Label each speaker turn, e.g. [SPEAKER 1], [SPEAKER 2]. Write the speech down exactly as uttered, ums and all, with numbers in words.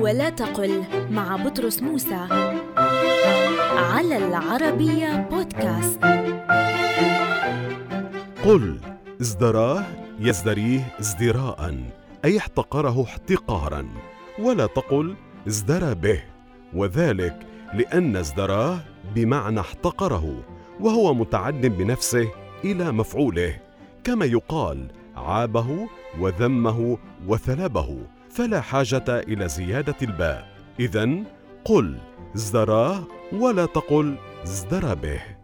[SPEAKER 1] ولا تقل مع بطرس موسى على العربية بودكاست.
[SPEAKER 2] قل ازدراه يزدريه ازدراء، أي احتقره احتقارا، ولا تقل ازدرى به، وذلك لأن ازدراه بمعنى احتقره، وهو متعد بنفسه إلى مفعوله، كما يقال عابه وذمه وثلبه، فلا حاجة إلى زيادة الباء. إذن قل ازدراه ولا تقل ازدرى به.